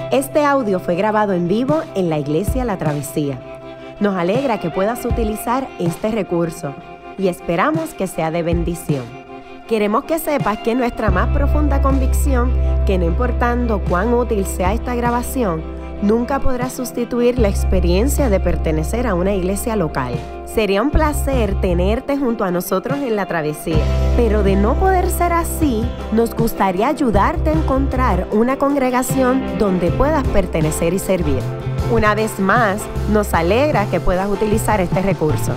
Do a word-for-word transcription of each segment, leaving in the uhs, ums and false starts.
Este audio fue grabado en vivo en la Iglesia La Travesía. Nos alegra que puedas utilizar este recurso y esperamos que sea de bendición. Queremos que sepas que nuestra más profunda convicción, que no importando cuán útil sea esta grabación, nunca podrá sustituir la experiencia de pertenecer a una iglesia local. Sería un placer tenerte junto a nosotros en la travesía, pero de no poder ser así, nos gustaría ayudarte a encontrar una congregación donde puedas pertenecer y servir. Una vez más, nos alegra que puedas utilizar este recurso.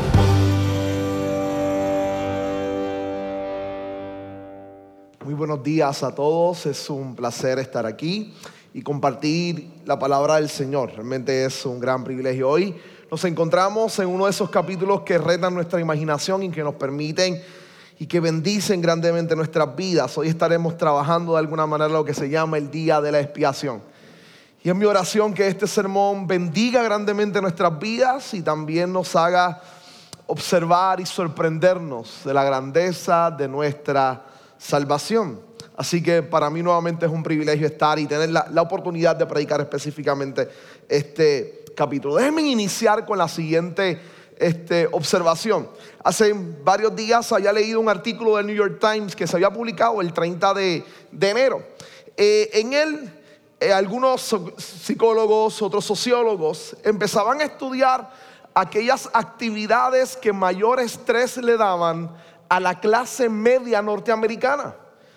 Muy buenos días a todos, es un placer estar aquí y compartir la palabra del Señor. Realmente es un gran privilegio. Hoy nos encontramos en uno de esos capítulos que retan nuestra imaginación y que nos permiten y que bendicen grandemente nuestras vidas. Hoy estaremos trabajando de alguna manera lo que se llama el Día de la Expiación. Y es mi oración que este sermón bendiga grandemente nuestras vidas y también nos haga observar y sorprendernos de la grandeza de nuestra salvación. Así que para mí nuevamente es un privilegio estar y tener la, la oportunidad de predicar específicamente este capítulo. Déjenme iniciar con la siguiente este, observación. Hace varios días había leído un artículo del New York Times que se había publicado el treinta de enero. Eh, en él eh, algunos psicólogos, otros sociólogos empezaban a estudiar aquellas actividades que mayor estrés le daban a la clase media norteamericana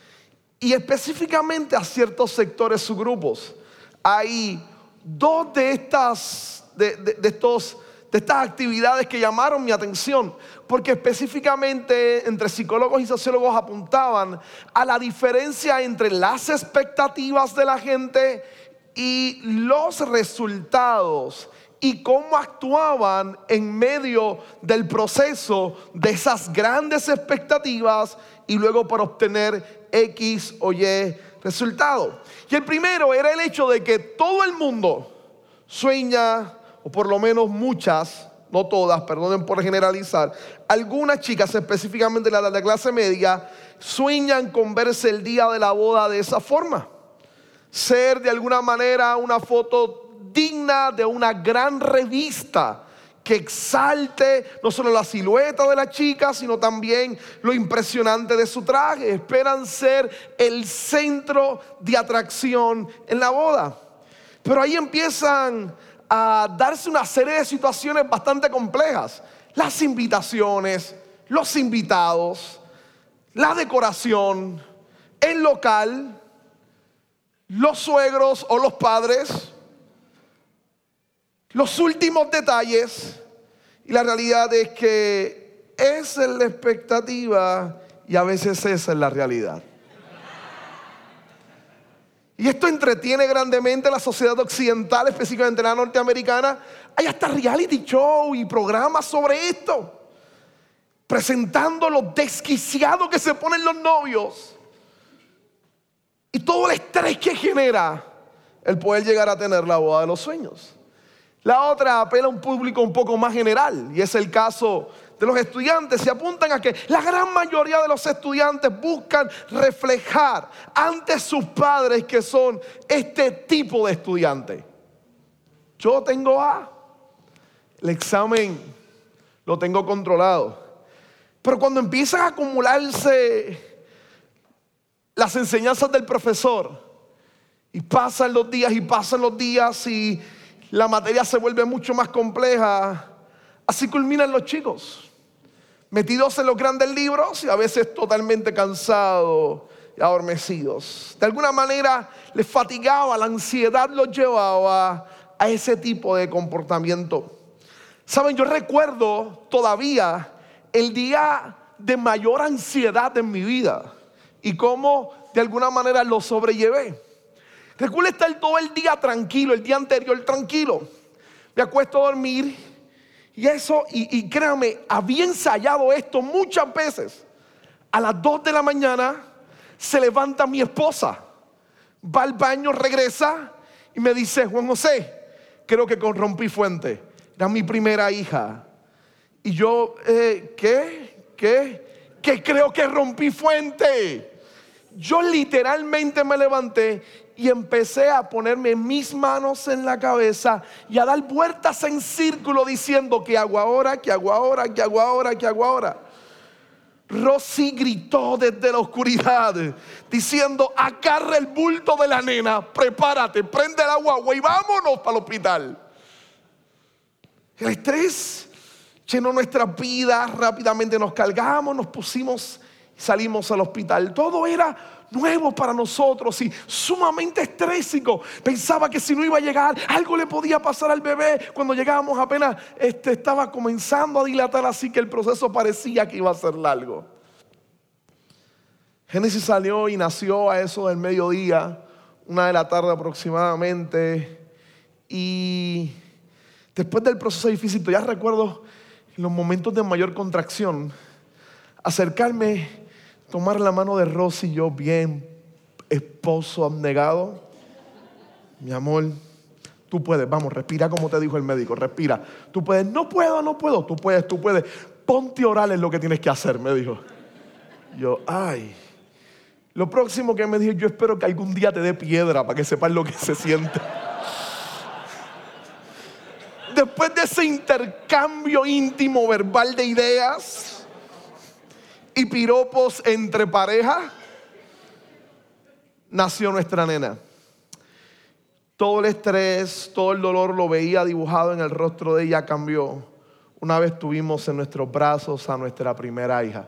y específicamente a ciertos sectores, subgrupos. Hay dos de estas, de, de, de, estos, de estas actividades que llamaron mi atención, porque específicamente entre psicólogos y sociólogos apuntaban a la diferencia entre las expectativas de la gente y los resultados y cómo actuaban en medio del proceso de esas grandes expectativas y luego para obtener X o Y resultado. Y el primero era el hecho de que todo el mundo sueña, o por lo menos muchas, no todas, perdonen por generalizar, algunas chicas, específicamente las de la clase media, sueñan con verse el día de la boda de esa forma. Ser de alguna manera una foto digna de una gran revista que exalte no solo la silueta de la chica, sino también lo impresionante de su traje. Esperan ser el centro de atracción en la boda. Pero ahí empiezan a darse una serie de situaciones bastante complejas. Las invitaciones, los invitados, la decoración, el local, los suegros o los padres, los últimos detalles. Y la realidad es que esa es la expectativa y a veces esa es la realidad. Y esto entretiene grandemente a la sociedad occidental, específicamente la norteamericana. Hay hasta reality show y programas sobre esto, presentando lo desquiciado que se ponen los novios y todo el estrés que genera el poder llegar a tener la boda de los sueños. La otra apela a un público un poco más general y es el caso de los estudiantes. Se apuntan a que la gran mayoría de los estudiantes buscan reflejar ante sus padres que son este tipo de estudiante. Yo tengo A, el examen lo tengo controlado. Pero cuando empiezan a acumularse las enseñanzas del profesor y pasan los días y pasan los días y la materia se vuelve mucho más compleja, así culminan los chicos, metidos en los grandes libros y a veces totalmente cansados y adormecidos. De alguna manera les fatigaba, la ansiedad los llevaba a ese tipo de comportamiento. Saben, yo recuerdo todavía el día de mayor ansiedad en mi vida y cómo de alguna manera lo sobrellevé. Recuerdo estar todo el día tranquilo, el día anterior tranquilo. Me acuesto a dormir y eso, y, y créanme, había ensayado esto muchas veces. A las dos de la mañana se levanta mi esposa, va al baño, regresa y me dice: Juan José, creo que rompí fuente. Era mi primera hija. Y yo, eh, ¿qué? ¿Qué? Que creo que rompí fuente. Yo literalmente me levanté y empecé a ponerme mis manos en la cabeza y a dar vueltas en círculo diciendo: ¿qué hago ahora? ¿Qué hago ahora? ¿Qué hago ahora? ¿Qué hago ahora? Rosy gritó desde la oscuridad diciendo: agarra el bulto de la nena, prepárate, prende el agua y vámonos para el hospital. El estrés llenó nuestras vidas, rápidamente nos cargamos, nos pusimos y salimos al hospital. Todo era nuevo para nosotros y sumamente estrésico. Pensaba que si no iba a llegar, algo le podía pasar al bebé. Cuando llegábamos apenas este, estaba comenzando a dilatar, así que el proceso parecía que iba a ser largo. Génesis salió y nació a eso del mediodía, una de la tarde aproximadamente. Y después del proceso difícil, ya recuerdo en los momentos de mayor contracción, acercarme, tomar la mano de Rosy, yo bien esposo abnegado: mi amor, tú puedes, vamos, respira como te dijo el médico, respira, tú puedes. No puedo, no puedo, tú puedes, tú puedes, ponte a orar es lo que tienes que hacer, me dijo. Yo, ay, lo próximo que me dijo: yo espero que algún día te dé piedra para que sepas lo que se siente. Después de ese intercambio íntimo verbal de ideas y piropos entre pareja, nació nuestra nena. Todo el estrés, todo el dolor lo veía dibujado en el rostro de ella. Cambió una vez tuvimos en nuestros brazos a nuestra primera hija,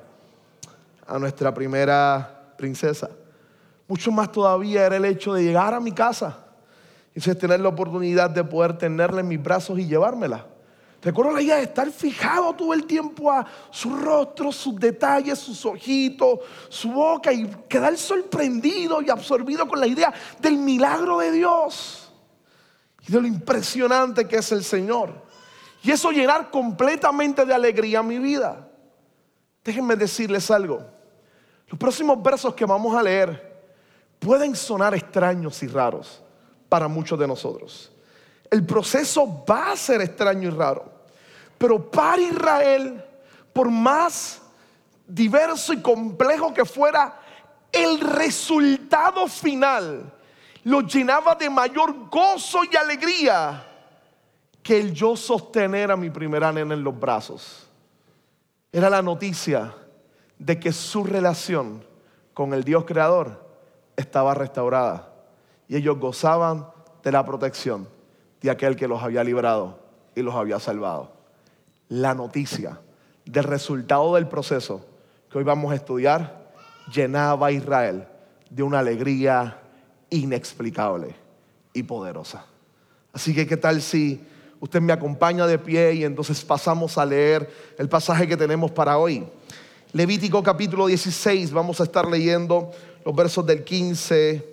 a nuestra primera princesa. Mucho más todavía era el hecho de llegar a mi casa y tener la oportunidad de poder tenerla en mis brazos y llevármela. Recuerdo la idea de estar fijado todo el tiempo a su rostro, sus detalles, sus ojitos, su boca, y quedar sorprendido y absorbido con la idea del milagro de Dios y de lo impresionante que es el Señor. Y eso llenar completamente de alegría mi vida. Déjenme decirles algo. Los próximos versos que vamos a leer pueden sonar extraños y raros para muchos de nosotros. El proceso va a ser extraño y raro, pero para Israel, por más diverso y complejo que fuera, el resultado final lo llenaba de mayor gozo y alegría que el yo sostener a mi primera nena en los brazos. Era la noticia de que su relación con el Dios creador estaba restaurada y ellos gozaban de la protección de aquel que los había librado y los había salvado. La noticia del resultado del proceso que hoy vamos a estudiar llenaba a Israel de una alegría inexplicable y poderosa. Así que, ¿qué tal si usted me acompaña de pie y entonces pasamos a leer el pasaje que tenemos para hoy? Levítico capítulo dieciséis, vamos a estar leyendo los versos del quince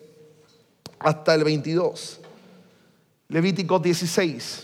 hasta el veintidós. Levítico dieciséis.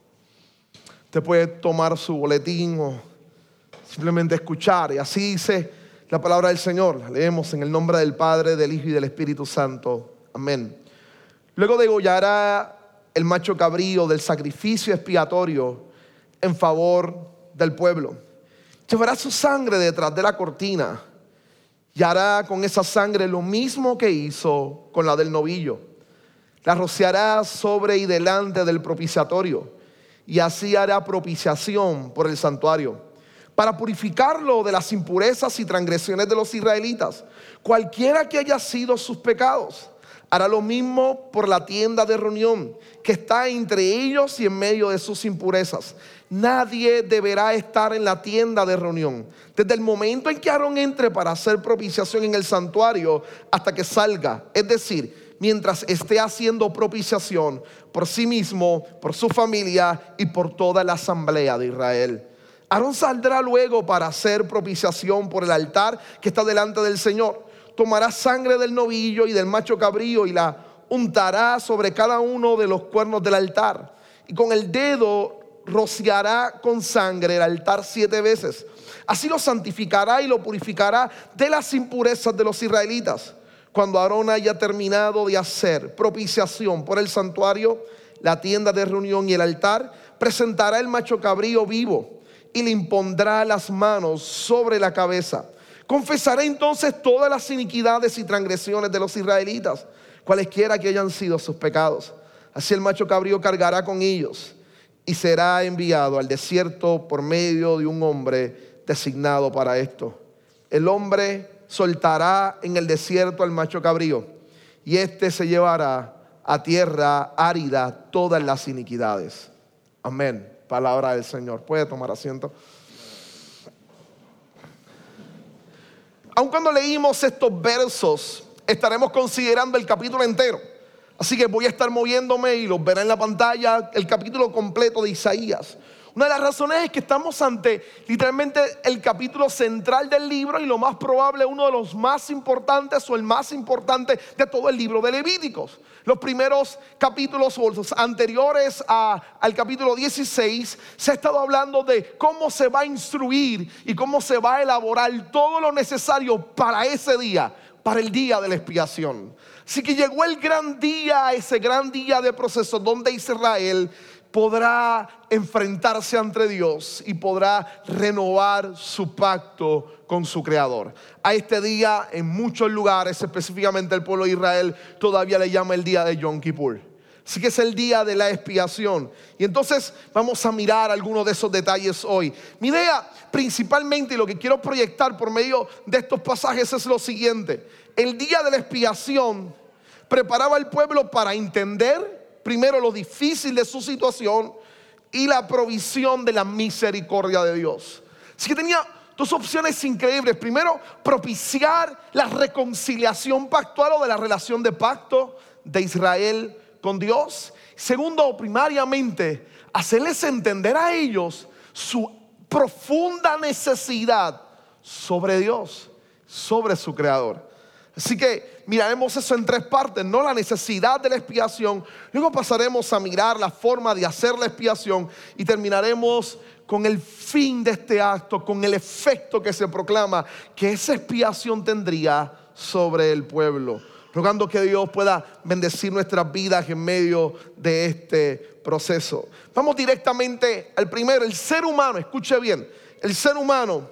Usted puede tomar su boletín o simplemente escuchar. Y así dice la palabra del Señor. La leemos en el nombre del Padre, del Hijo y del Espíritu Santo. Amén. Luego degollará el macho cabrío del sacrificio expiatorio en favor del pueblo. Llevará su sangre detrás de la cortina y hará con esa sangre lo mismo que hizo con la del novillo. La rociará sobre y delante del propiciatorio, y así hará propiciación por el santuario, para purificarlo de las impurezas y transgresiones de los israelitas, cualquiera que haya sido sus pecados. Hará lo mismo por la tienda de reunión que está entre ellos y en medio de sus impurezas. Nadie deberá estar en la tienda de reunión desde el momento en que Aarón entre para hacer propiciación en el santuario hasta que salga, es decir, mientras esté haciendo propiciación por sí mismo, por su familia y por toda la asamblea de Israel. Aarón saldrá luego para hacer propiciación por el altar que está delante del Señor. Tomará sangre del novillo y del macho cabrío y la untará sobre cada uno de los cuernos del altar. Y con el dedo rociará con sangre el altar siete veces. Así lo santificará y lo purificará de las impurezas de los israelitas. Cuando Aarón haya terminado de hacer propiciación por el santuario, la tienda de reunión y el altar, presentará el macho cabrío vivo y le impondrá las manos sobre la cabeza. Confesará entonces todas las iniquidades y transgresiones de los israelitas. cualesquiera que hayan sido sus pecados. Así el macho cabrío cargará con ellos y será enviado al desierto por medio de un hombre designado para esto. El hombre soltará en el desierto al macho cabrío y éste se llevará a tierra árida todas las iniquidades. Amén. Palabra del Señor. Puede tomar asiento. Aun cuando leímos estos versos, estaremos considerando el capítulo entero. Así que voy a estar moviéndome y los verá en la pantalla, el capítulo completo de Isaías. Una de las razones es que estamos ante literalmente el capítulo central del libro y lo más probable uno de los más importantes o el más importante de todo el libro de Levíticos. Los primeros capítulos o los anteriores a, al capítulo dieciséis se ha estado hablando de cómo se va a instruir y cómo se va a elaborar todo lo necesario para ese día, para el día de la expiación. Así que llegó el gran día, ese gran día de proceso donde Israel podrá enfrentarse ante Dios y podrá renovar su pacto con su Creador. A este día, en muchos lugares, específicamente el pueblo de Israel, todavía le llama el día de Yom Kippur. Así que es el día de la expiación. Y entonces vamos a mirar algunos de esos detalles hoy. Mi idea principalmente, y lo que quiero proyectar por medio de estos pasajes, es lo siguiente. El día de la expiación preparaba al pueblo para entender primero lo difícil de su situación y la provisión de la misericordia de Dios. Así que tenía dos opciones increíbles. Primero, propiciar la reconciliación pactual o de la relación de pacto de Israel con Dios. Segundo, primariamente, hacerles entender a ellos su profunda necesidad sobre Dios, sobre su Creador. Así que miraremos eso en tres partes, ¿no? La necesidad de la expiación. Luego pasaremos a mirar la forma de hacer la expiación y terminaremos con el fin de este acto, con el efecto que se proclama que esa expiación tendría sobre el pueblo. Rogando que Dios pueda bendecir nuestras vidas en medio de este proceso. Vamos directamente al primero. El ser humano, escuche bien, el ser humano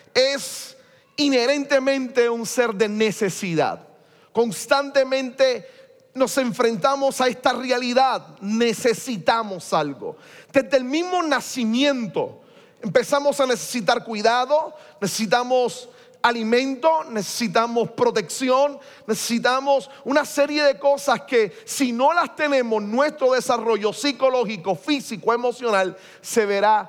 es inherentemente un ser de necesidad. Constantemente nos enfrentamos a esta realidad. Necesitamos algo. Desde el mismo nacimiento empezamos a necesitar cuidado, necesitamos alimento, necesitamos protección, necesitamos una serie de cosas que si no las tenemos, nuestro desarrollo psicológico, físico, emocional se verá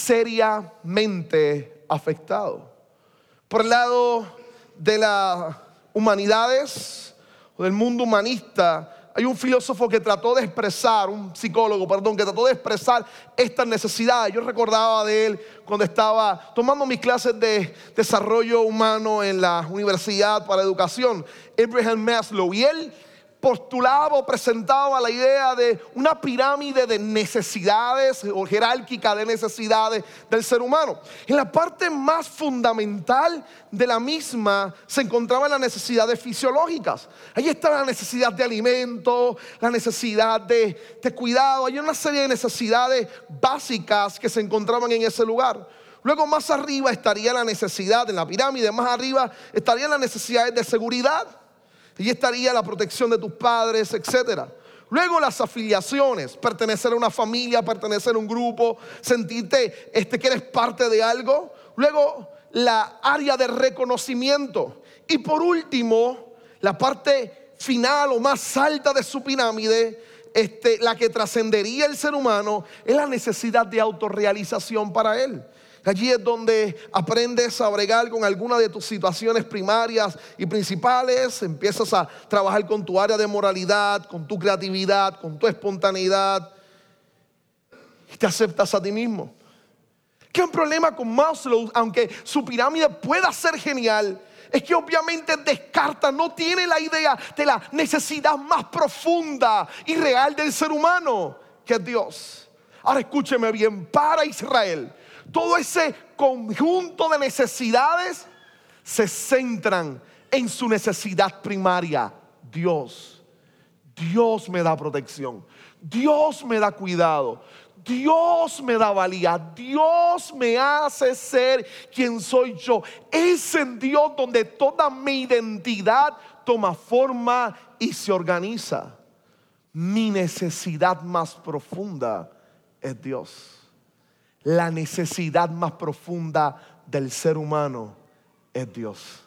seriamente afectado. Por el lado de las humanidades o del mundo humanista, hay un filósofo que trató de expresar, un psicólogo, perdón, que trató de expresar estas necesidades. Yo recordaba de él cuando estaba tomando mis clases de desarrollo humano en la Universidad para Educación, Abraham Maslow, y él postulaba o presentaba la idea de una pirámide de necesidades o jerárquica de necesidades del ser humano. En la parte más fundamental de la misma se encontraban las necesidades fisiológicas. Ahí estaba la necesidad de alimento, la necesidad de, de cuidado. Hay una serie de necesidades básicas que se encontraban en ese lugar. Luego más arriba estaría la necesidad, en la pirámide más arriba estarían las necesidades de seguridad. Y estaría la protección de tus padres, etcétera. Luego las afiliaciones, pertenecer a una familia, pertenecer a un grupo, sentirte este, que eres parte de algo. Luego la área de reconocimiento. Y por último, la parte final o más alta de su pirámide, este, la que trascendería el ser humano, es la necesidad de autorrealización para él. Allí es donde aprendes a bregar con alguna de tus situaciones primarias y principales. Empiezas a trabajar con tu área de moralidad, con tu creatividad, con tu espontaneidad. Y te aceptas a ti mismo. ¿Qué es un problema con Maslow? Aunque su pirámide pueda ser genial, es que obviamente descarta, no tiene la idea de la necesidad más profunda y real del ser humano, que es Dios. Ahora escúcheme bien, para Israel, todo ese conjunto de necesidades se centran en su necesidad primaria, Dios. Dios me da protección, Dios me da cuidado, Dios me da valía, Dios me hace ser quien soy yo. Es en Dios donde toda mi identidad toma forma y se organiza. Mi necesidad más profunda es Dios. La necesidad más profunda del ser humano es Dios.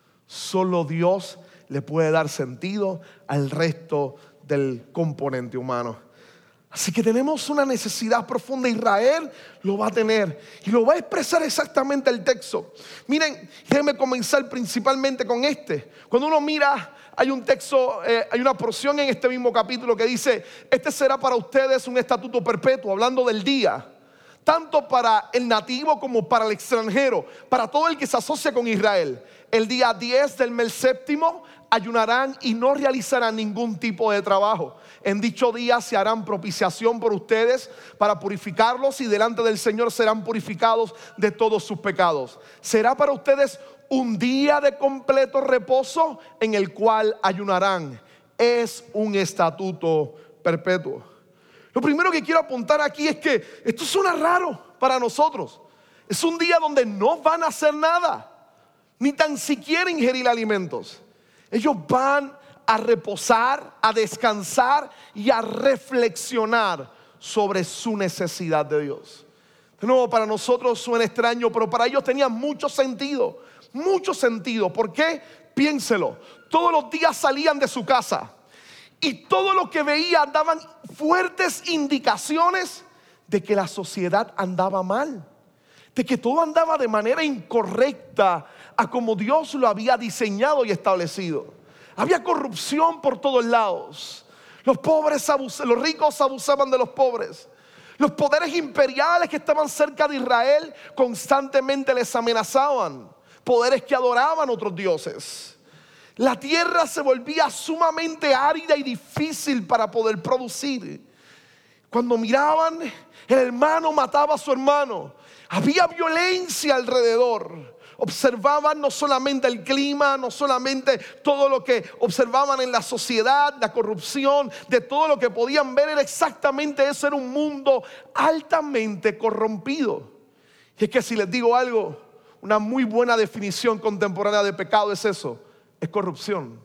Solo Dios le puede dar sentido al resto del componente humano. Así que tenemos una necesidad profunda. Israel lo va a tener y lo va a expresar exactamente el texto. Miren, déjenme comenzar principalmente con este. Cuando uno mira, hay un texto, eh, hay una porción en este mismo capítulo que dice: este será para ustedes un estatuto perpetuo, hablando del día, tanto para el nativo como para el extranjero, para todo el que se asocia con Israel. El día diez del mes séptimo ayunarán y no realizarán ningún tipo de trabajo. En dicho día se harán propiciación por ustedes para purificarlos, y delante del Señor serán purificados de todos sus pecados. Será para ustedes un día de completo reposo en el cual ayunarán. Es un estatuto perpetuo. Lo primero que quiero apuntar aquí es que esto suena raro para nosotros. Es un día donde no van a hacer nada, ni tan siquiera ingerir alimentos. Ellos van a reposar, a descansar y a reflexionar sobre su necesidad de Dios. De nuevo, para nosotros suena extraño, pero para ellos tenía mucho sentido, mucho sentido. ¿Por qué? Piénselo. Todos los días salían de su casa y todo lo que veían daban fuertes indicaciones de que la sociedad andaba mal, de que todo andaba de manera incorrecta a como Dios lo había diseñado y establecido. Había corrupción por todos lados. Los pobres abus- los ricos abusaban de los pobres. Los poderes imperiales que estaban cerca de Israel constantemente les amenazaban. Poderes que adoraban otros dioses. La tierra se volvía sumamente árida y difícil para poder producir. Cuando miraban, el hermano mataba a su hermano. Había violencia alrededor. Observaban no solamente el clima, no solamente todo lo que observaban en la sociedad, la corrupción, de todo lo que podían ver, era exactamente eso. Era un mundo altamente corrompido. Y es que si les digo algo, una muy buena definición contemporánea de pecado es eso: es corrupción.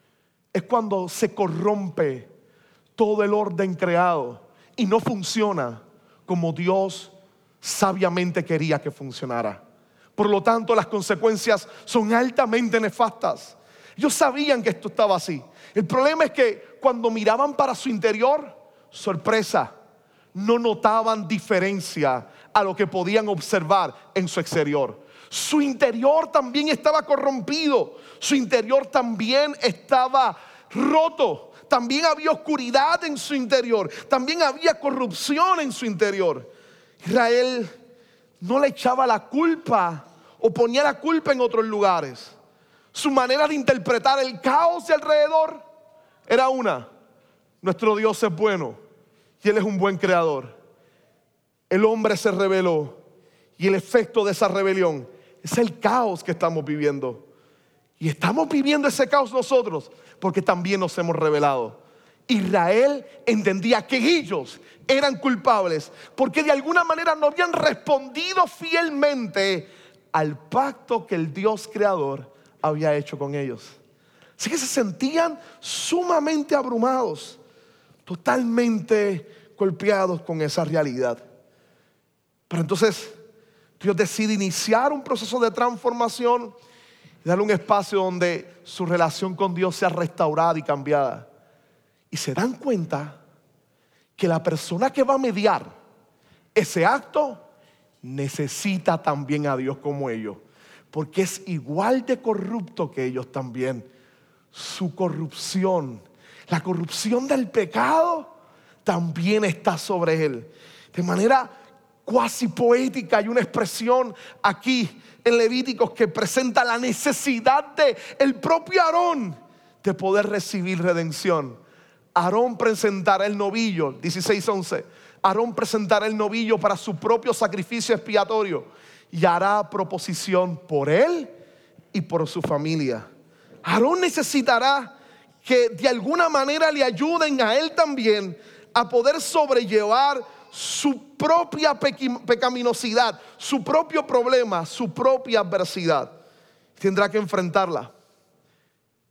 Es cuando se corrompe todo el orden creado y no funciona como Dios sabiamente quería que funcionara. Por lo tanto, las consecuencias son altamente nefastas. Ellos sabían que esto estaba así. El problema es que cuando miraban para su interior, sorpresa, no notaban diferencia a lo que podían observar en su exterior. Su interior también estaba corrompido. Su interior también estaba roto. También había oscuridad en su interior. También había corrupción en su interior. Israel no le echaba la culpa o ponía la culpa en otros lugares. Su manera de interpretar el caos de alrededor era una: nuestro Dios es bueno y Él es un buen creador. El hombre se rebeló y el efecto de esa rebelión es el caos que estamos viviendo. Y estamos viviendo ese caos nosotros porque también nos hemos rebelado. Israel entendía que ellos eran culpables porque de alguna manera no habían respondido fielmente al pacto que el Dios creador había hecho con ellos. Así que se sentían sumamente abrumados, totalmente golpeados con esa realidad. Pero entonces Dios decide iniciar un proceso de transformación y darle un espacio donde su relación con Dios sea restaurada y cambiada. Y se dan cuenta que la persona que va a mediar ese acto necesita también a Dios como ellos, porque es igual de corrupto que ellos también. Su corrupción, la corrupción del pecado, también está sobre él. De manera cuasi poética hay una expresión aquí en Levíticos que presenta la necesidad de el propio Aarón de poder recibir redención. Aarón presentará el novillo, dieciséis once. Aarón presentará el novillo para su propio sacrificio expiatorio y hará proposición por él y por su familia. Aarón necesitará que de alguna manera le ayuden a él también a poder sobrellevar su propia pecaminosidad, su propio problema, su propia adversidad. Tendrá que enfrentarla.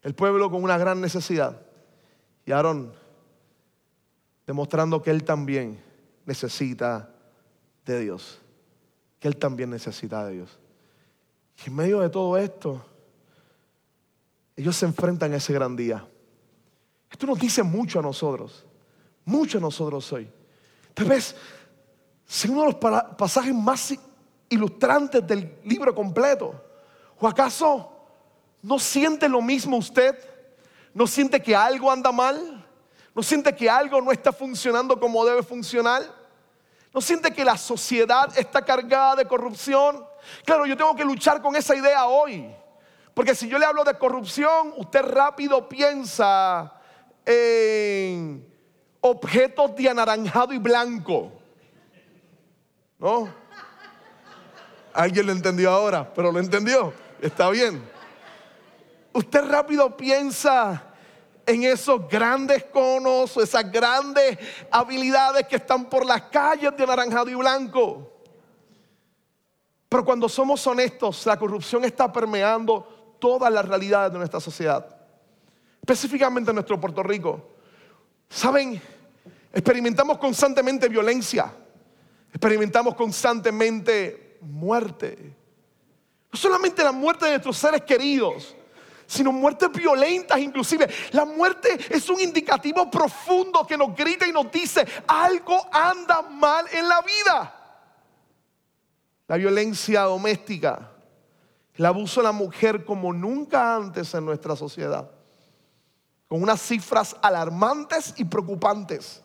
El pueblo con una gran necesidad. Y Aarón demostrando que él también necesita de Dios. Que él también necesita de Dios. Y en medio de todo esto, ellos se enfrentan a ese gran día. Esto nos dice mucho a nosotros. Mucho a nosotros hoy. Tal vez sea uno de los pasajes más ilustrantes del libro completo. ¿O acaso no siente lo mismo usted? ¿No siente que algo anda mal? ¿No siente que algo no está funcionando como debe funcionar? ¿No siente que la sociedad está cargada de corrupción? Claro, yo tengo que luchar con esa idea hoy. Porque si yo le hablo de corrupción, usted rápido piensa en objetos de anaranjado y blanco. ¿No? Alguien lo entendió ahora, pero lo entendió. Está bien. Usted rápido piensa en esos grandes conos, esas grandes habilidades que están por las calles de anaranjado y blanco. Pero cuando somos honestos, la corrupción está permeando todas las realidades de nuestra sociedad. Específicamente en nuestro Puerto Rico. ¿Saben? Experimentamos constantemente violencia. Experimentamos constantemente muerte. No solamente la muerte de nuestros seres queridos, sino muertes violentas inclusive. La muerte es un indicativo profundo que nos grita y nos dice: algo anda mal en la vida. La violencia doméstica, el abuso de la mujer como nunca antes en nuestra sociedad, con unas cifras alarmantes y preocupantes.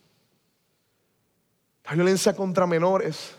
La violencia contra menores,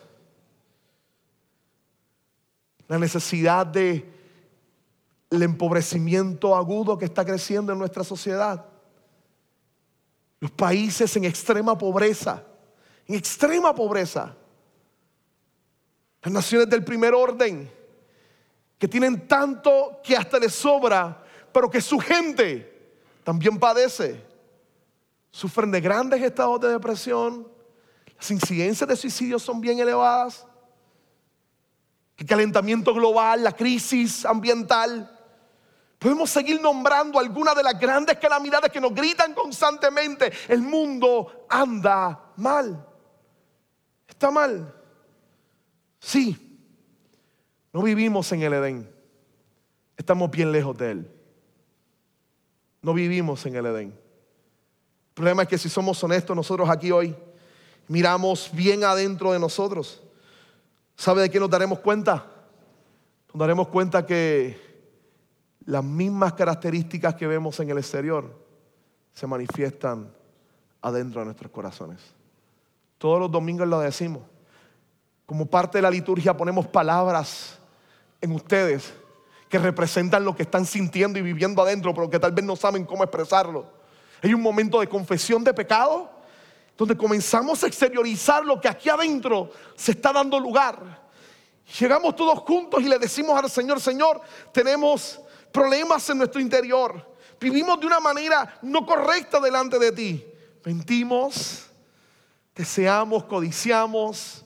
la necesidad de el empobrecimiento agudo que está creciendo en nuestra sociedad. Los países en extrema pobreza, en extrema pobreza. Las naciones del primer orden, que tienen tanto que hasta les sobra, pero que su gente también padece. Sufren de grandes estados de depresión. Las incidencias de suicidio son bien elevadas. El calentamiento global, la crisis ambiental. Podemos seguir nombrando algunas de las grandes calamidades que nos gritan constantemente. El mundo anda mal. Está mal. Sí. No vivimos en el Edén. Estamos bien lejos de él. No vivimos en el Edén. El problema es que si somos honestos, nosotros aquí hoy miramos bien adentro de nosotros. ¿Sabe de qué nos daremos cuenta? Nos daremos cuenta que las mismas características que vemos en el exterior se manifiestan adentro de nuestros corazones. Todos los domingos lo decimos. Como parte de la liturgia ponemos palabras en ustedes que representan lo que están sintiendo y viviendo adentro, pero que tal vez no saben cómo expresarlo. Hay un momento de confesión de pecado donde comenzamos a exteriorizar lo que aquí adentro se está dando lugar. Llegamos todos juntos y le decimos al Señor: Señor, tenemos problemas en nuestro interior. Vivimos de una manera no correcta delante de ti. Mentimos, deseamos, codiciamos,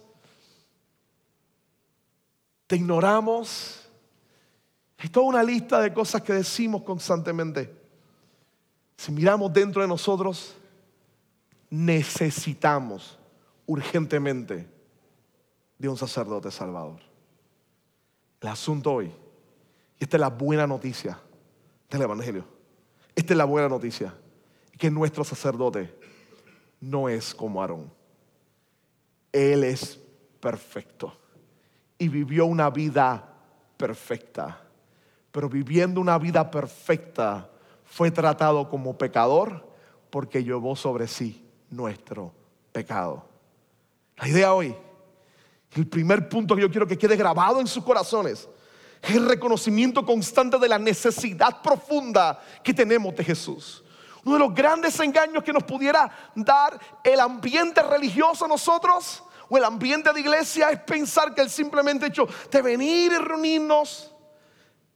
te ignoramos. Hay toda una lista de cosas que decimos constantemente. Si miramos dentro de nosotros, necesitamos urgentemente de un sacerdote salvador. El asunto hoy, y esta es la buena noticia del Evangelio, esta es la buena noticia, que nuestro sacerdote no es como Aarón. Él es perfecto y vivió una vida perfecta, pero viviendo una vida perfecta fue tratado como pecador porque llevó sobre sí nuestro pecado. La idea hoy, el primer punto que yo quiero que quede grabado en sus corazones, es el reconocimiento constante de la necesidad profunda que tenemos de Jesús. Uno de los grandes engaños que nos pudiera dar el ambiente religioso a nosotros, o el ambiente de iglesia, es pensar que el simplemente hecho de venir y reunirnos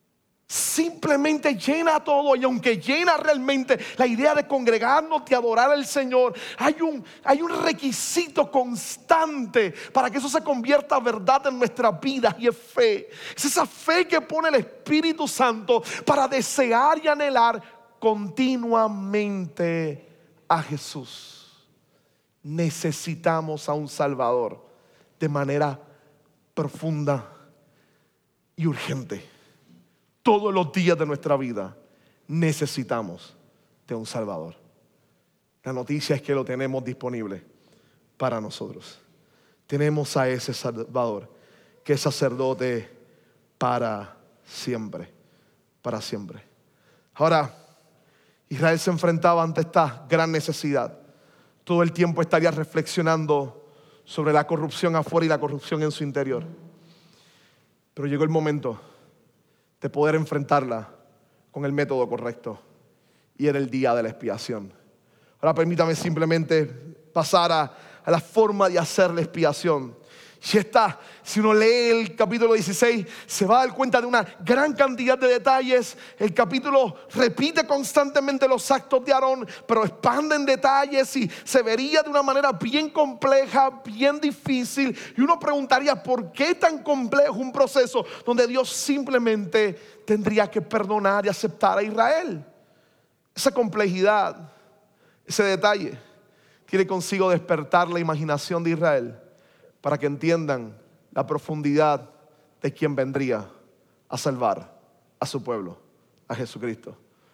Simplemente llena todo, y aunque llena realmente la idea de congregarnos, de adorar al Señor, hay un, hay un requisito constante para que eso se convierta en verdad en nuestra vida, y es fe. Es esa fe que pone el Espíritu Santo para desear y anhelar continuamente a Jesús. Necesitamos a un Salvador de manera profunda y urgente. Todos los días de nuestra vida necesitamos de un Salvador. La noticia es que lo tenemos disponible para nosotros. Tenemos a ese Salvador que es sacerdote para siempre, para siempre. Ahora, Israel se enfrentaba ante esta gran necesidad. Todo el tiempo estaría reflexionando sobre la corrupción afuera y la corrupción en su interior. Pero llegó el momento de poder enfrentarla con el método correcto, y era el día de la expiación. Ahora permítame simplemente pasar a, a la forma de hacer la expiación. Y está, si uno lee el capítulo dieciséis, se va a dar cuenta de una gran cantidad de detalles. El capítulo repite constantemente los actos de Aarón, pero expande en detalles y se vería de una manera bien compleja, bien difícil. Y uno preguntaría, ¿por qué tan complejo un proceso donde Dios simplemente tendría que perdonar y aceptar a Israel? Esa complejidad, ese detalle, tiene consigo despertar la imaginación de Israel, para que entiendan la profundidad de quien vendría a salvar a su pueblo, a Jesucristo.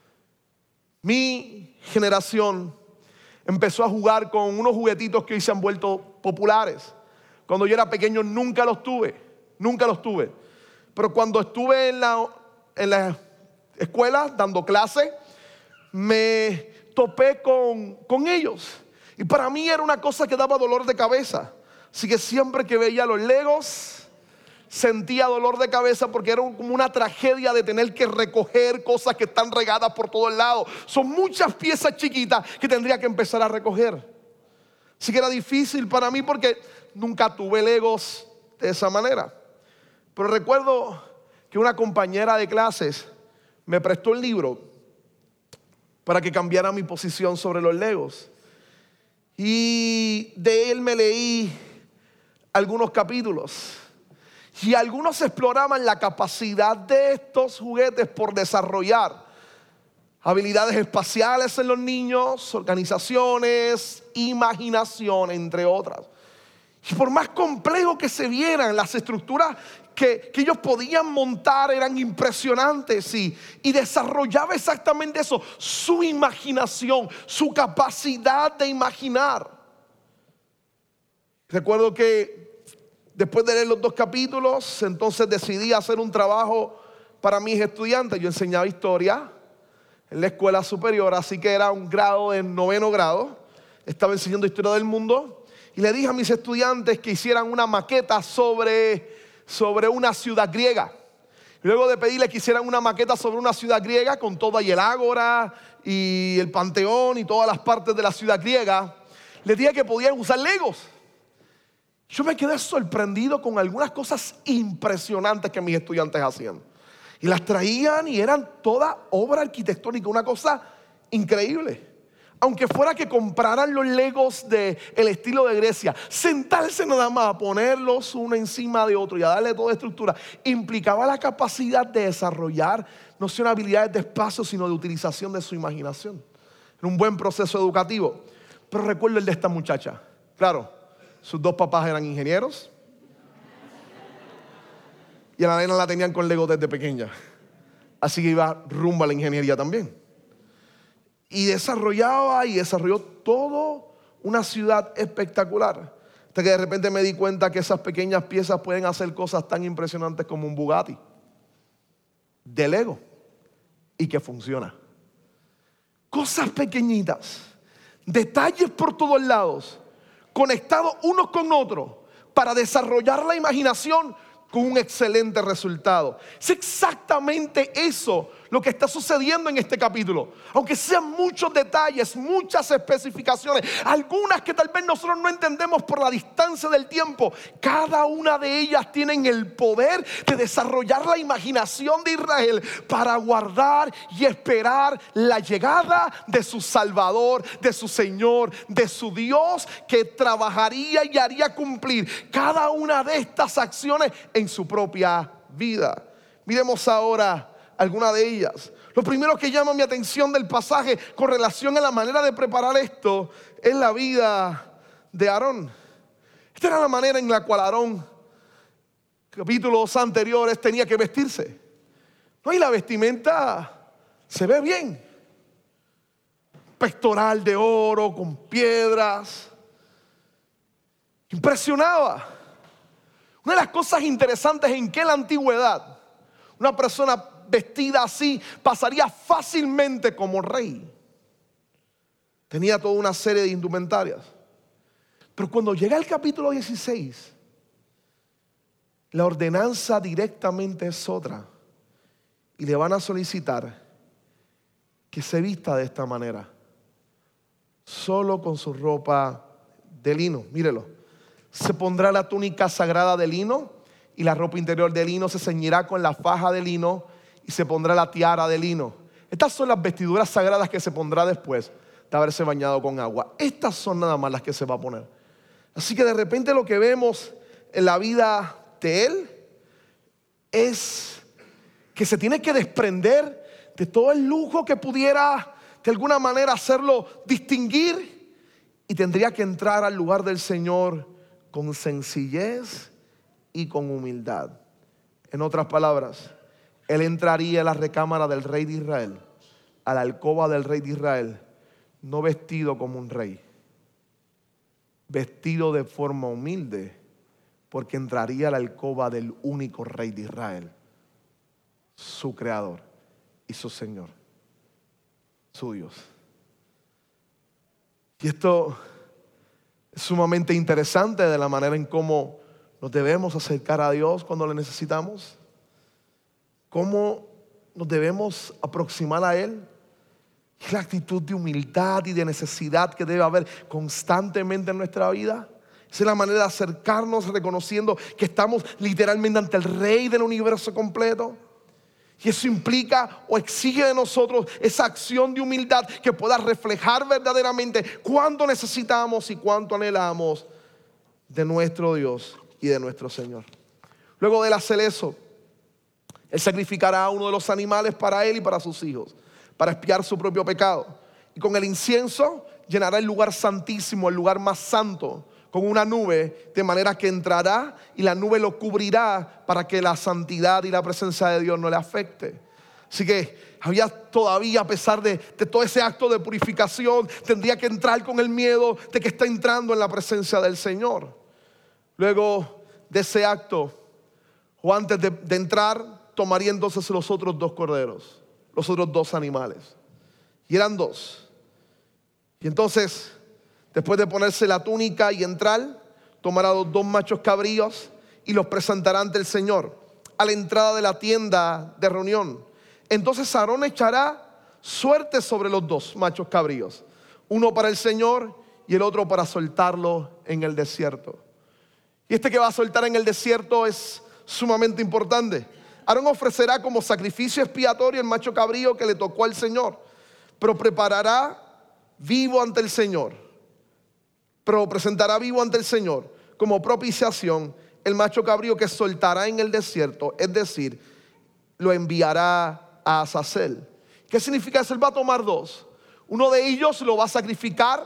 Mi generación empezó a jugar con unos juguetitos que hoy se han vuelto populares. Cuando yo era pequeño nunca los tuve, nunca los tuve. Pero cuando estuve en la, en la escuela dando clase, me topé con, con ellos. Y para mí era una cosa que daba dolor de cabeza. Así que siempre que veía los Legos, sentía dolor de cabeza, porque era como una tragedia de tener que recoger cosas que están regadas por todos lados. Son muchas piezas chiquitas que tendría que empezar a recoger. Así que era difícil para mí porque nunca tuve Legos de esa manera. Pero recuerdo que una compañera de clases me prestó el libro para que cambiara mi posición sobre los Legos. Y de él me leí algunos capítulos, y algunos exploraban la capacidad de estos juguetes por desarrollar habilidades espaciales en los niños, organizaciones, imaginación, entre otras. Y por más complejo que se vieran, las estructuras que, que ellos podían montar eran impresionantes, y, y desarrollaba exactamente eso, su imaginación, su capacidad de imaginar. Recuerdo que después de leer los dos capítulos, entonces decidí hacer un trabajo para mis estudiantes. Yo enseñaba historia en la escuela superior, así que era un grado de noveno grado. Estaba enseñando historia del mundo, y le dije a mis estudiantes que hicieran una maqueta sobre, sobre una ciudad griega. Luego de pedirles que hicieran una maqueta sobre una ciudad griega, con todo ahí el ágora y el panteón y todas las partes de la ciudad griega, les dije que podían usar Legos. Yo me quedé sorprendido con algunas cosas impresionantes que mis estudiantes hacían. Y las traían y eran toda obra arquitectónica, una cosa increíble. Aunque fuera que compraran los Legos del estilo de Grecia, sentarse nada más a ponerlos uno encima de otro y a darle toda estructura, implicaba la capacidad de desarrollar no solo habilidades de espacio, sino de utilización de su imaginación. Era un buen proceso educativo. Pero recuerdo el de esta muchacha. Claro, sus dos papás eran ingenieros, y a la nena la tenían con Legos desde pequeña. Así que iba rumbo a la ingeniería también. Y desarrollaba y desarrolló todo una ciudad espectacular. Hasta que de repente me di cuenta que esas pequeñas piezas pueden hacer cosas tan impresionantes como un Bugatti de Lego, y que funciona. Cosas pequeñitas, detalles por todos lados, conectados unos con otros para desarrollar la imaginación con un excelente resultado. Es exactamente eso lo que está sucediendo en este capítulo. Aunque sean muchos detalles, muchas especificaciones, algunas que tal vez nosotros no entendemos por la distancia del tiempo, cada una de ellas tienen el poder de desarrollar la imaginación de Israel para guardar y esperar la llegada de su Salvador, de su Señor, de su Dios, que trabajaría y haría cumplir cada una de estas acciones en su propia vida. Miremos ahora alguna de ellas. Lo primero que llama mi atención del pasaje con relación a la manera de preparar esto es la vida de Aarón. Esta era la manera en la cual Aarón, capítulos anteriores, tenía que vestirse. No, y la vestimenta se ve bien. Pectoral de oro con piedras. Impresionaba. Una de las cosas interesantes en que en la antigüedad una persona vestida así pasaría fácilmente como rey. Tenía toda una serie de indumentarias. Pero cuando llega el capítulo dieciséis, la ordenanza directamente es otra. Y le van a solicitar que se vista de esta manera. Solo con su ropa de lino. Mírelo. Se pondrá la túnica sagrada de lino. Y la ropa interior de lino, se ceñirá con la faja de lino y se pondrá la tiara de lino. Estas son las vestiduras sagradas que se pondrá después de haberse bañado con agua. Estas son nada más las que se va a poner. Así que de repente lo que vemos en la vida de él es que se tiene que desprender de todo el lujo que pudiera de alguna manera hacerlo distinguir, y tendría que entrar al lugar del Señor con sencillez y con humildad. En otras palabras, él entraría a la recámara del rey de Israel, a la alcoba del rey de Israel, no vestido como un rey, vestido de forma humilde, porque entraría a la alcoba del único rey de Israel, su creador y su Señor, su Dios. Y esto es sumamente interesante de la manera en cómo nos debemos acercar a Dios cuando le necesitamos. ¿Cómo nos debemos aproximar a Él? Es la actitud de humildad y de necesidad que debe haber constantemente en nuestra vida. Esa es la manera de acercarnos reconociendo que estamos literalmente ante el Rey del universo completo. Y eso implica o exige de nosotros esa acción de humildad que pueda reflejar verdaderamente cuánto necesitamos y cuánto anhelamos de nuestro Dios y de nuestro Señor. Luego de él hacer eso, él sacrificará a uno de los animales para él y para sus hijos, para expiar su propio pecado. Y con el incienso llenará el lugar santísimo, el lugar más santo, con una nube, de manera que entrará y la nube lo cubrirá para que la santidad y la presencia de Dios no le afecte. Así que había todavía, a pesar de, de todo ese acto de purificación, tendría que entrar con el miedo de que está entrando en la presencia del Señor. Luego de ese acto, o antes de, de entrar, tomaría entonces los otros dos corderos, los otros dos animales. Y eran dos. Y entonces, después de ponerse la túnica y entrar, tomará los dos machos cabríos y los presentará ante el Señor a la entrada de la tienda de reunión. Entonces Aarón echará suerte sobre los dos machos cabríos, uno para el Señor y el otro para soltarlo en el desierto. Y este que va a soltar en el desierto es sumamente importante. Aarón ofrecerá como sacrificio expiatorio el macho cabrío que le tocó al Señor, pero preparará vivo ante el Señor, pero presentará vivo ante el Señor como propiciación el macho cabrío que soltará en el desierto, es decir, lo enviará a Azazel. ¿Qué significa eso? Él va a tomar dos. Uno de ellos lo va a sacrificar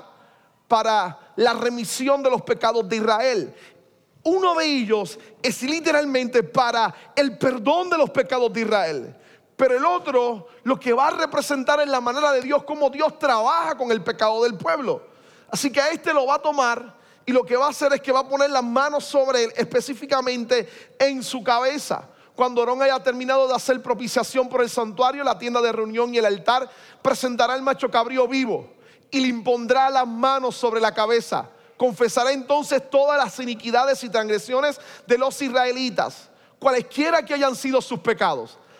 para la remisión de los pecados de Israel. Uno de ellos es literalmente para el perdón de los pecados de Israel. Pero el otro, lo que va a representar es la manera de Dios, cómo Dios trabaja con el pecado del pueblo. Así que a este lo va a tomar y lo que va a hacer es que va a poner las manos sobre él, específicamente en su cabeza. Cuando Aarón haya terminado de hacer propiciación por el santuario, la tienda de reunión y el altar, presentará el macho cabrío vivo y le impondrá las manos sobre la cabeza. Confesará entonces todas las iniquidades y transgresiones de los israelitas, cualesquiera que hayan sido sus pecados.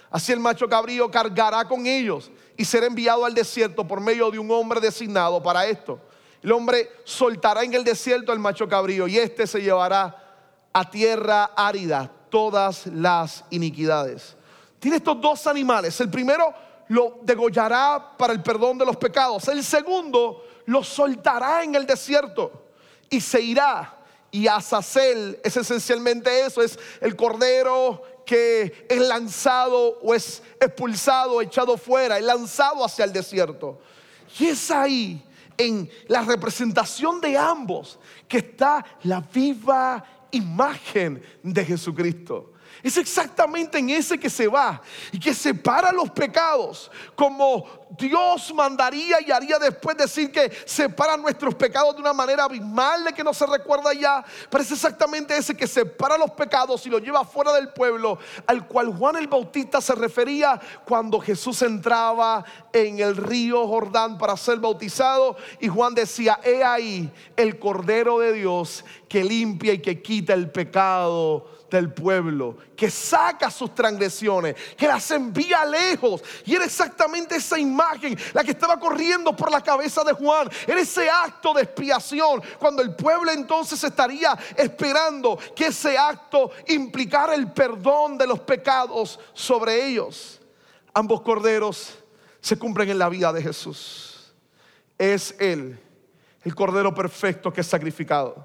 Así el macho cabrío cargará con ellos y será enviado al desierto por medio de un hombre designado para esto. El hombre soltará en el desierto al macho cabrío y éste se llevará a tierra árida todas las iniquidades. Tiene estos dos animales. El primero lo degollará para el perdón de los pecados. El segundo lo soltará en el desierto y se irá. Y Azazel es esencialmente eso, es el cordero que es lanzado o es expulsado, echado fuera, es lanzado hacia el desierto. Y es ahí, en la representación de ambos, que está la viva imagen de Jesucristo. Es exactamente en ese que se va y que separa los pecados, como Dios mandaría y haría después decir que separa nuestros pecados de una manera abismal de que no se recuerda ya. Pero es exactamente ese que separa los pecados y los lleva fuera del pueblo, al cual Juan el Bautista se refería cuando Jesús entraba en el río Jordán para ser bautizado. Y Juan decía: he ahí el Cordero de Dios que limpia y que quita el pecado del pueblo, que saca sus transgresiones, que las envía lejos. Y era exactamente esa imagen la que estaba corriendo por la cabeza de Juan. Era ese acto de expiación, cuando el pueblo entonces estaría esperando que ese acto implicara el perdón de los pecados sobre ellos. Ambos corderos se cumplen en la vida de Jesús. Es Él el cordero perfecto que es sacrificado.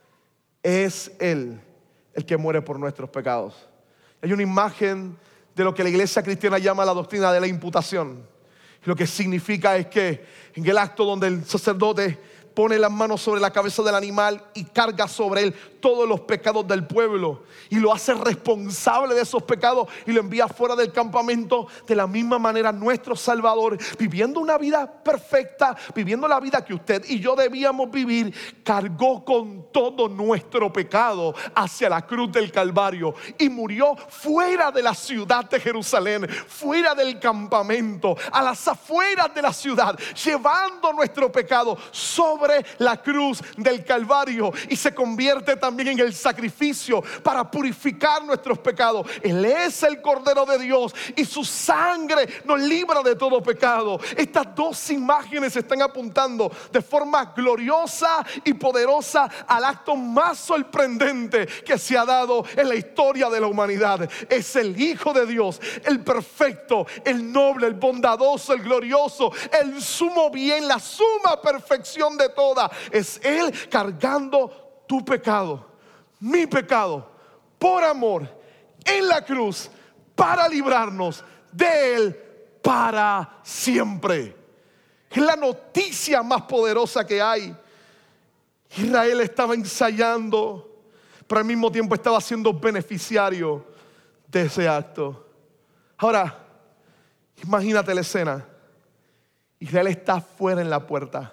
Es Él el que muere por nuestros pecados. Hay una imagen de lo que la iglesia cristiana llama la doctrina de la imputación. Lo que significa es que en el acto donde el sacerdote pone las manos sobre la cabeza del animal y carga sobre él todos los pecados del pueblo y lo hace responsable de esos pecados y lo envía fuera del campamento, de la misma manera nuestro Salvador, viviendo una vida perfecta, viviendo la vida que usted y yo debíamos vivir, cargó con todo nuestro pecado hacia la cruz del Calvario y murió fuera de la ciudad de Jerusalén, fuera del campamento, a las afueras de la ciudad, llevando nuestro pecado sobre la cruz del Calvario, y se convierte también en el sacrificio para purificar nuestros pecados. Él es el Cordero de Dios y su sangre nos libra de todo pecado. Estas dos imágenes están apuntando de forma gloriosa y poderosa al acto más sorprendente que se ha dado en la historia de la humanidad. Es el Hijo de Dios, el perfecto, el noble, el bondadoso, el glorioso, el sumo bien, la suma perfección de toda. Es Él cargando tu pecado, mi pecado, por amor, en la cruz, para librarnos de Él para siempre. Es la noticia más poderosa que hay. Israel estaba ensayando, pero al mismo tiempo estaba siendo beneficiario de ese acto. Ahora, imagínate la escena. Israel está fuera en la puerta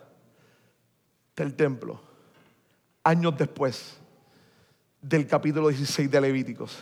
del templo, años después del capítulo dieciséis de Levíticos.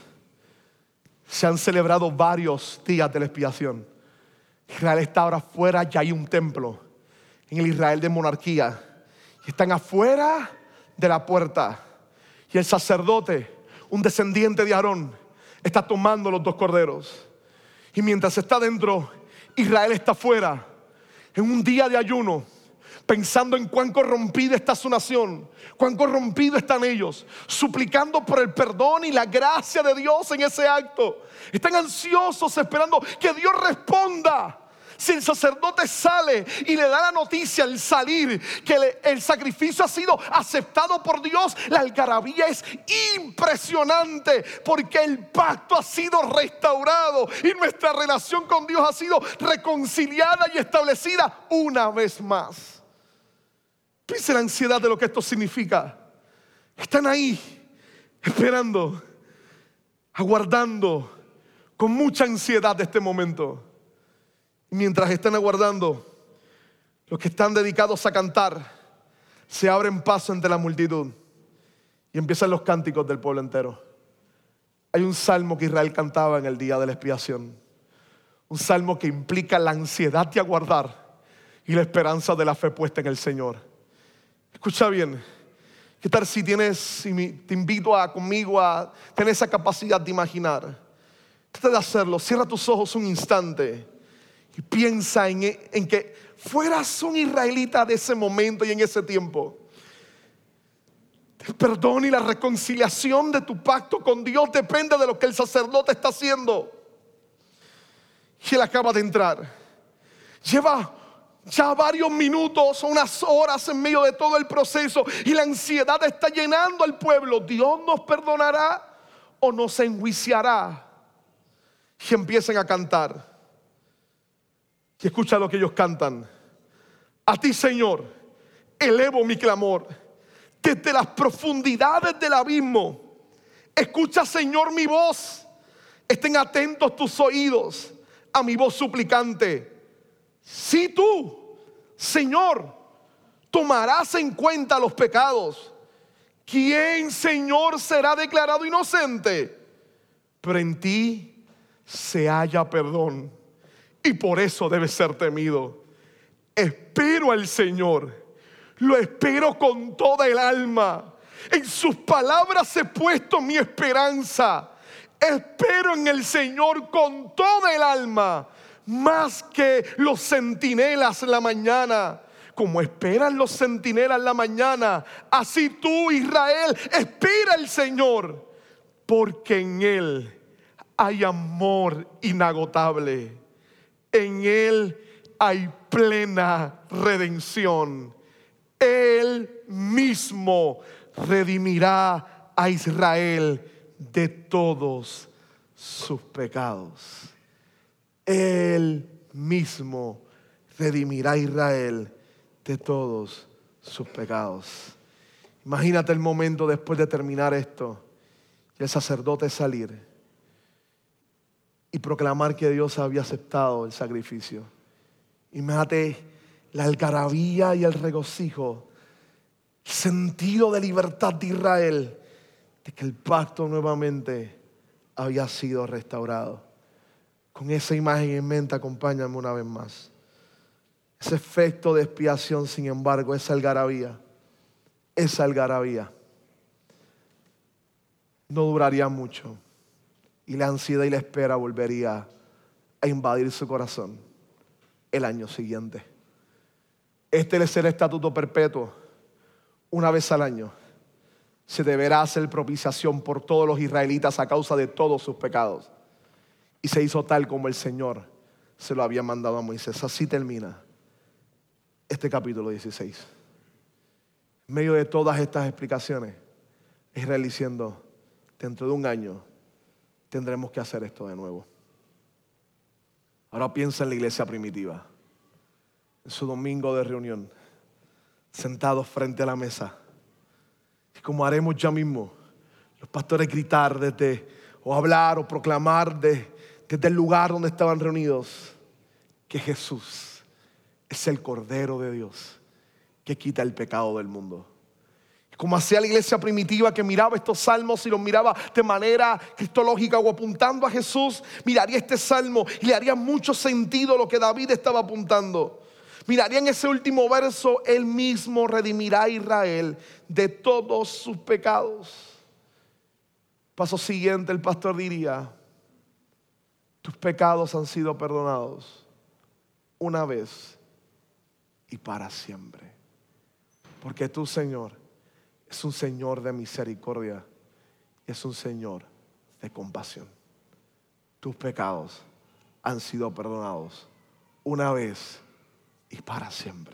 Se han celebrado varios días de la expiación. Israel está ahora afuera, ya hay un templo en el Israel de monarquía, y están afuera de la puerta, y el sacerdote, un descendiente de Aarón, está tomando los dos corderos, y mientras está dentro, Israel está afuera en un día de ayuno, pensando en cuán corrompida está su nación, cuán corrompido están ellos, suplicando por el perdón y la gracia de Dios en ese acto. Están ansiosos esperando que Dios responda. Si el sacerdote sale y le da la noticia al salir que le, el sacrificio ha sido aceptado por Dios, la algarabía es impresionante, porque el pacto ha sido restaurado y nuestra relación con Dios ha sido reconciliada y establecida una vez más. Piense la ansiedad de lo que esto significa. Están ahí esperando, aguardando con mucha ansiedad de este momento. Mientras están aguardando, los que están dedicados a cantar se abren paso entre la multitud y empiezan los cánticos del pueblo entero. Hay un salmo que Israel cantaba en el día de la expiación, un salmo que implica la ansiedad de aguardar y la esperanza de la fe puesta en el Señor. Escucha bien, ¿qué tal si tienes, si te invito a conmigo a tener esa capacidad de imaginar? Trata de hacerlo. Cierra tus ojos un instante y piensa en, en que fueras un israelita de ese momento y en ese tiempo. El perdón y la reconciliación de tu pacto con Dios depende de lo que el sacerdote está haciendo. Y él acaba de entrar. Lleva ya varios minutos o unas horas en medio de todo el proceso y la ansiedad está llenando al pueblo. ¿Dios nos perdonará o nos enjuiciará? Y empiezan a cantar. Y escucha lo que ellos cantan. A ti, Señor, elevo mi clamor desde las profundidades del abismo. Escucha, Señor, mi voz. Estén atentos tus oídos a mi voz suplicante. Si tú, Señor, tomarás en cuenta los pecados, ¿quién, Señor, será declarado inocente? Pero en ti se halla perdón y por eso debe ser temido. Espero al Señor, lo espero con toda el alma. En sus palabras he puesto mi esperanza. Espero en el Señor con toda el alma, más que los centinelas en la mañana. Como esperan los centinelas en la mañana, así tú, Israel, espera al Señor, porque en Él hay amor inagotable. En Él hay plena redención. Él mismo redimirá a Israel de todos sus pecados. Él mismo redimirá a Israel de todos sus pecados. Imagínate el momento después de terminar esto y el sacerdote salir y proclamar que Dios había aceptado el sacrificio. Imagínate la algarabía y el regocijo, el sentido de libertad de Israel, de que el pacto nuevamente había sido restaurado. Con esa imagen en mente, acompáñame una vez más. Ese efecto de expiación, sin embargo, esa algarabía, esa algarabía no duraría mucho y la ansiedad y la espera volvería a invadir su corazón el año siguiente. Este será el estatuto perpetuo. Una vez al año se deberá hacer propiciación por todos los israelitas a causa de todos sus pecados. Y se hizo tal como el Señor se lo había mandado a Moisés. Así termina este capítulo dieciséis. En medio de todas estas explicaciones, Israel diciendo, dentro de un año tendremos que hacer esto de nuevo. Ahora piensa en la iglesia primitiva, en su domingo de reunión, sentados frente a la mesa. Y como haremos ya mismo, los pastores gritar desde, o hablar o proclamar de, desde el lugar donde estaban reunidos, que Jesús es el Cordero de Dios que quita el pecado del mundo. Como hacía la iglesia primitiva que miraba estos salmos y los miraba de manera cristológica o apuntando a Jesús, miraría este salmo y le haría mucho sentido lo que David estaba apuntando. Miraría en ese último verso, Él mismo redimirá a Israel de todos sus pecados. Paso siguiente, el pastor diría, tus pecados han sido perdonados una vez y para siempre. Porque tú, Señor, es un Señor de misericordia y es un Señor de compasión. Tus pecados han sido perdonados una vez y para siempre.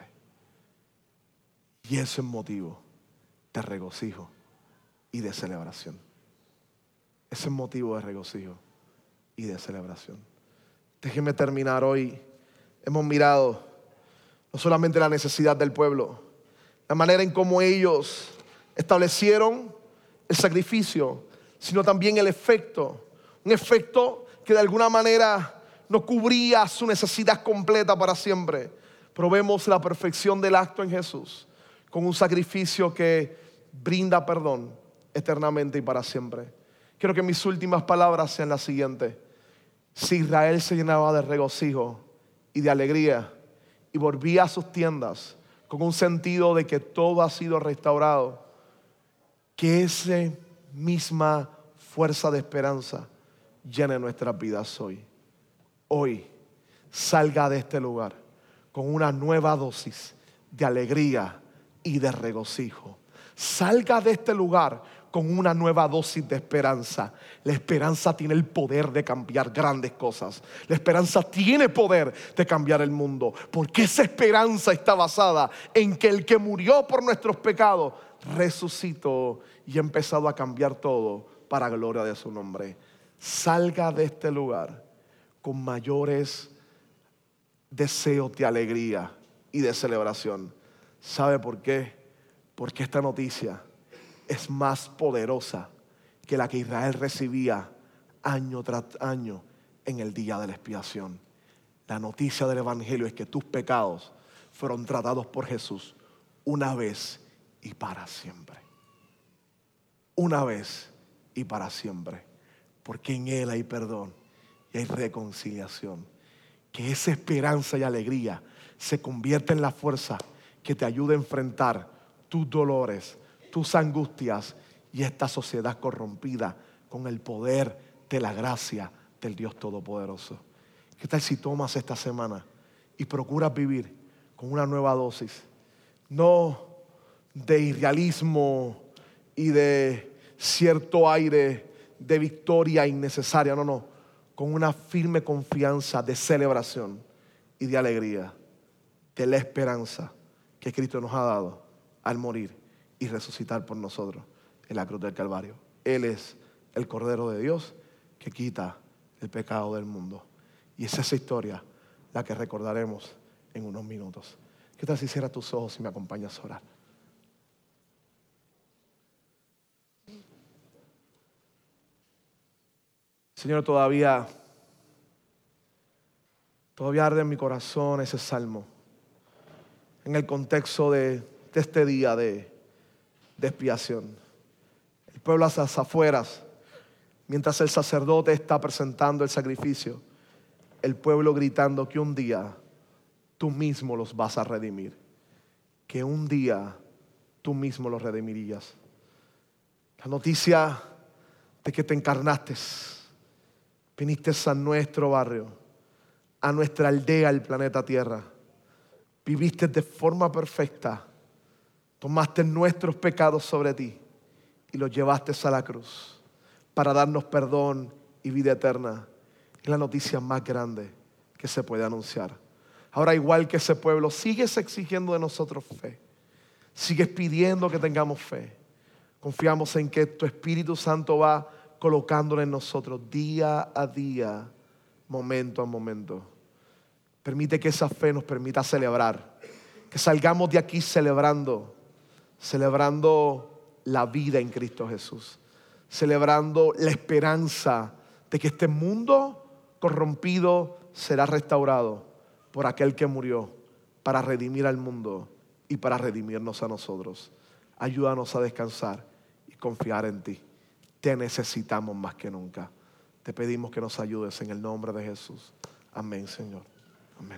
Y eso es motivo de regocijo y de celebración. Ese es motivo de regocijo y de celebración. Déjenme terminar hoy. Hemos mirado no solamente la necesidad del pueblo, la manera en cómo ellos establecieron el sacrificio, sino también el efecto. Un efecto que de alguna manera no cubría su necesidad completa para siempre. Pero vemos la perfección del acto en Jesús, con un sacrificio que brinda perdón eternamente y para siempre. Quiero que mis últimas palabras sean las siguientes. Si Israel se llenaba de regocijo y de alegría y volvía a sus tiendas con un sentido de que todo ha sido restaurado, que esa misma fuerza de esperanza llene nuestras vidas hoy. Hoy salga de este lugar con una nueva dosis de alegría y de regocijo. Salga de este lugar con una nueva dosis de esperanza. La esperanza tiene el poder de cambiar grandes cosas. La esperanza tiene poder de cambiar el mundo, porque esa esperanza está basada en que el que murió por nuestros pecados resucitó y ha empezado a cambiar todo para gloria de su nombre. Salga de este lugar con mayores deseos de alegría y de celebración. ¿Sabe por qué? Porque esta noticia es más poderosa que la que Israel recibía año tras año en el día de la expiación. La noticia del evangelio es que tus pecados fueron tratados por Jesús una vez y para siempre. Una vez y para siempre. Porque en Él hay perdón y hay reconciliación. Que esa esperanza y alegría se convierta en la fuerza que te ayude a enfrentar tus dolores, tus angustias y esta sociedad corrompida con el poder de la gracia del Dios Todopoderoso. ¿Qué tal si tomas esta semana y procuras vivir con una nueva dosis? No de irrealismo y de cierto aire de victoria innecesaria, no, no, con una firme confianza de celebración y de alegría, de la esperanza que Cristo nos ha dado al morir y resucitar por nosotros en la cruz del Calvario. Él es el Cordero de Dios que quita el pecado del mundo. Y es esa historia la que recordaremos en unos minutos. ¿Qué tal si cierras tus ojos y me acompañas a orar? Señor, todavía, todavía arde en mi corazón ese salmo en el contexto de, de este día de, de expiación. El pueblo a las afueras, mientras el sacerdote está presentando el sacrificio, el pueblo gritando que un día tú mismo los vas a redimir, que un día tú mismo los redimirías. La noticia de que te encarnaste, viniste a nuestro barrio, a nuestra aldea, al planeta Tierra. Viviste de forma perfecta. Tomaste nuestros pecados sobre ti y los llevaste a la cruz para darnos perdón y vida eterna. Es la noticia más grande que se puede anunciar. Ahora, igual que ese pueblo, sigues exigiendo de nosotros fe. Sigues pidiendo que tengamos fe. Confiamos en que tu Espíritu Santo va colocándolo en nosotros día a día, momento a momento. Permite que esa fe nos permita celebrar, que salgamos de aquí celebrando, celebrando la vida en Cristo Jesús, celebrando la esperanza de que este mundo corrompido será restaurado por aquel que murió para redimir al mundo y para redimirnos a nosotros. Ayúdanos a descansar y confiar en ti. Te necesitamos más que nunca. Te pedimos que nos ayudes en el nombre de Jesús. Amén, Señor. Amén.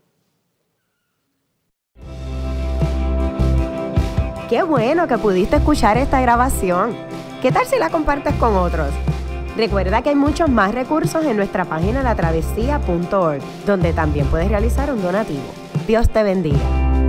Qué bueno que pudiste escuchar esta grabación. ¿Qué tal si la compartes con otros? Recuerda que hay muchos más recursos en nuestra página la travesía punto org, donde también puedes realizar un donativo. Dios te bendiga.